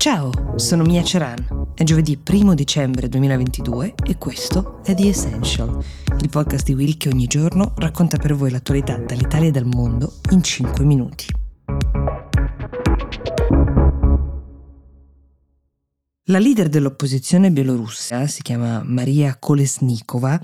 Ciao, sono Mia Ceran. È giovedì 1 dicembre 2022 e questo è The Essential, il podcast di Will che ogni giorno racconta per voi l'attualità dall'Italia e dal mondo in 5 minuti. La leader dell'opposizione bielorussa, si chiama Maria Kolesnikova,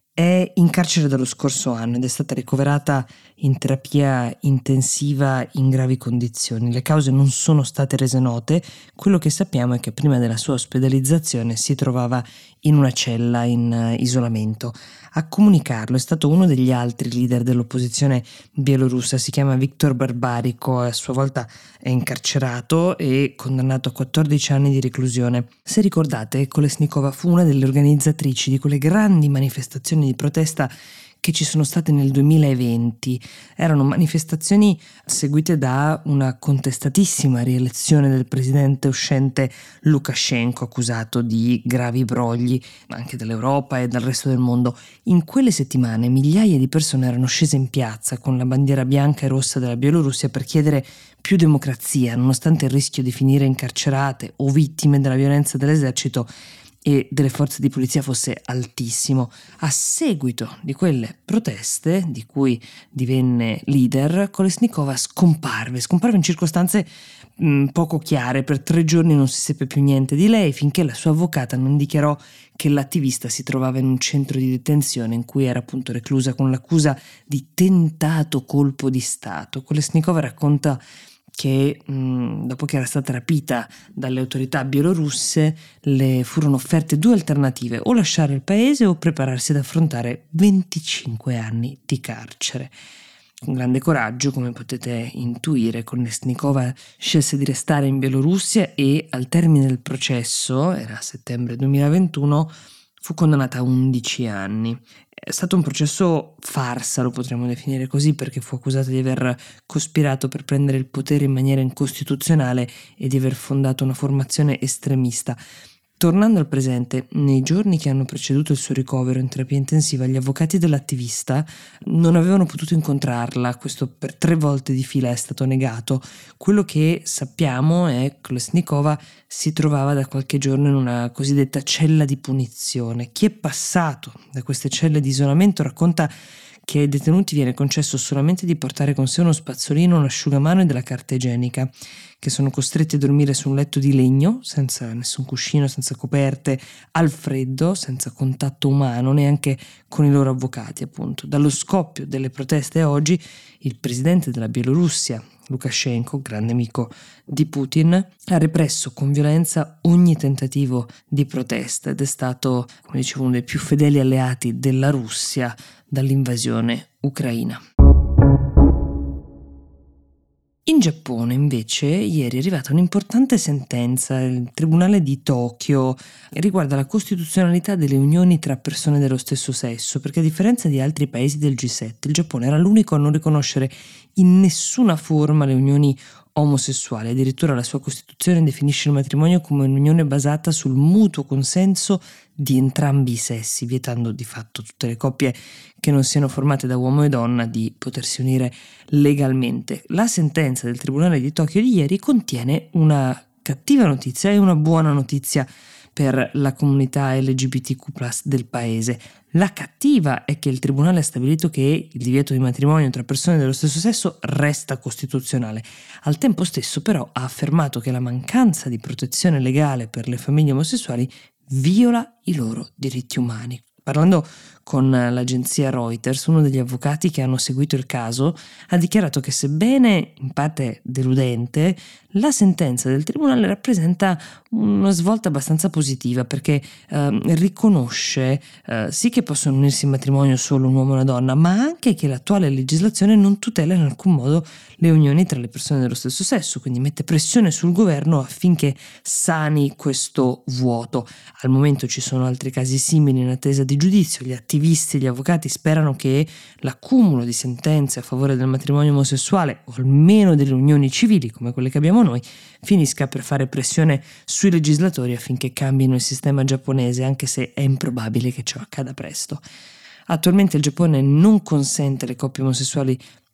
è in carcere dallo scorso anno ed è stata ricoverata in terapia intensiva in gravi condizioni. Le cause non sono state rese note. Quello che sappiamo è che prima della sua ospedalizzazione si trovava in una cella in isolamento. A comunicarlo è stato uno degli altri leader dell'opposizione bielorussa, si chiama Viktor Barbarico, a sua volta è incarcerato e condannato a 14 anni di reclusione. Se ricordate, Kolesnikova fu una delle organizzatrici di quelle grandi manifestazioni di protesta che ci sono state nel 2020. Erano manifestazioni seguite da una contestatissima rielezione del presidente uscente Lukashenko, accusato di gravi brogli anche dall'Europa e dal resto del mondo. In quelle settimane migliaia di persone erano scese in piazza con la bandiera bianca e rossa della Bielorussia per chiedere più democrazia, nonostante il rischio di finire incarcerate o vittime della violenza dell'esercito e delle forze di polizia fosse altissimo. A seguito di quelle proteste, di cui divenne leader, Kolesnikova scomparve in circostanze poco chiare. Per 3 giorni non si seppe più niente di lei, finché la sua avvocata non dichiarò che l'attivista si trovava in un centro di detenzione in cui era appunto reclusa con l'accusa di tentato colpo di Stato. Kolesnikova racconta che dopo che era stata rapita dalle autorità bielorusse le furono offerte 2 alternative: o lasciare il paese o prepararsi ad affrontare 25 anni di carcere. Con grande coraggio, come potete intuire, Kolesnikova scelse di restare in Bielorussia e al termine del processo, era settembre 2021, fu condannata a 11 anni. È stato un processo farsa, lo potremmo definire così, perché fu accusata di aver cospirato per prendere il potere in maniera incostituzionale e di aver fondato una formazione estremista. Tornando al presente, nei giorni che hanno preceduto il suo ricovero in terapia intensiva, gli avvocati dell'attivista non avevano potuto incontrarla. Questo per 3 volte di fila è stato negato. Quello che sappiamo è che Kolesnikova si trovava da qualche giorno in una cosiddetta cella di punizione. Chi è passato da queste celle di isolamento racconta che ai detenuti viene concesso solamente di portare con sé uno spazzolino, un asciugamano e della carta igienica, che sono costretti a dormire su un letto di legno, senza nessun cuscino, senza coperte, al freddo, senza contatto umano, neanche con i loro avvocati, appunto. Dallo scoppio delle proteste a oggi, il presidente della Bielorussia, Lukashenko, grande amico di Putin, ha represso con violenza ogni tentativo di protesta ed è stato, come dicevo, uno dei più fedeli alleati della Russia dall'invasione ucraina. In Giappone, invece, ieri è arrivata un'importante sentenza. Il Tribunale di Tokyo riguarda la costituzionalità delle unioni tra persone dello stesso sesso, perché a differenza di altri paesi del G7, il Giappone era l'unico a non riconoscere in nessuna forma le unioni omosessuali. Addirittura la sua Costituzione definisce il matrimonio come un'unione basata sul mutuo consenso di entrambi i sessi, vietando di fatto tutte le coppie che non siano formate da uomo e donna di potersi unire legalmente. La sentenza del Tribunale di Tokyo di ieri contiene una cattiva notizia e una buona notizia per la comunità LGBTQ+ del paese. La cattiva è che il tribunale ha stabilito che il divieto di matrimonio tra persone dello stesso sesso resta costituzionale. Al tempo stesso, però, ha affermato che la mancanza di protezione legale per le famiglie omosessuali viola i loro diritti umani. Parlando con l'agenzia Reuters, uno degli avvocati che hanno seguito il caso ha dichiarato che, sebbene in parte deludente, la sentenza del tribunale rappresenta una svolta abbastanza positiva, perché riconosce sì che possono unirsi in matrimonio solo un uomo e una donna, ma anche che l'attuale legislazione non tutela in alcun modo le unioni tra le persone dello stesso sesso, quindi mette pressione sul governo affinché sani questo vuoto. Al momento ci sono altri casi simili in attesa di giudizio. Gli attivisti e gli avvocati sperano che l'accumulo di sentenze a favore del matrimonio omosessuale, o almeno delle unioni civili come quelle che abbiamo noi, finisca per fare pressione sui legislatori affinché cambino il sistema giapponese, anche se è improbabile che ciò accada presto. Attualmente il Giappone non consente alle coppie omosessuali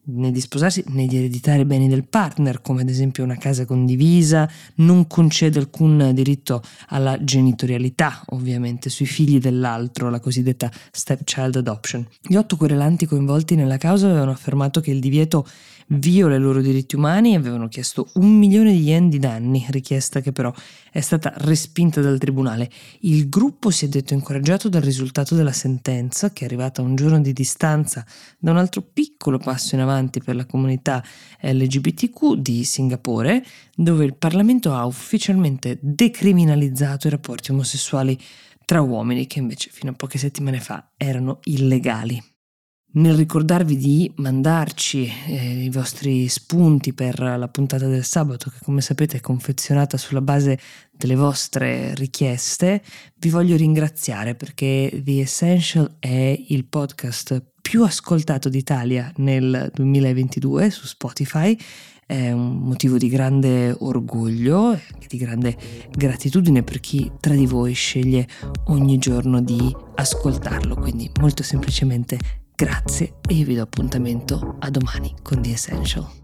né di sposarsi né di ereditare i beni del partner, come ad esempio una casa condivisa, non concede alcun diritto alla genitorialità, ovviamente, sui figli dell'altro, la cosiddetta stepchild adoption. Gli 8 querelanti coinvolti nella causa avevano affermato che il divieto viola i loro diritti umani e avevano chiesto 1 milione di yen di danni, richiesta che però è stata respinta dal tribunale. Il gruppo si è detto incoraggiato dal risultato della sentenza, che è arrivata a un giorno di distanza da un altro piccolo passo in avanti per la comunità LGBTQ di Singapore, dove il Parlamento ha ufficialmente decriminalizzato i rapporti omosessuali tra uomini, che invece fino a poche settimane fa erano illegali. Nel ricordarvi di mandarci i vostri spunti per la puntata del sabato, che come sapete è confezionata sulla base delle vostre richieste, vi voglio ringraziare perché The Essential è il podcast più ascoltato d'Italia nel 2022 su Spotify. È un motivo di grande orgoglio e di grande gratitudine per chi tra di voi sceglie ogni giorno di ascoltarlo, quindi molto semplicemente grazie e io vi do appuntamento a domani con The Essential.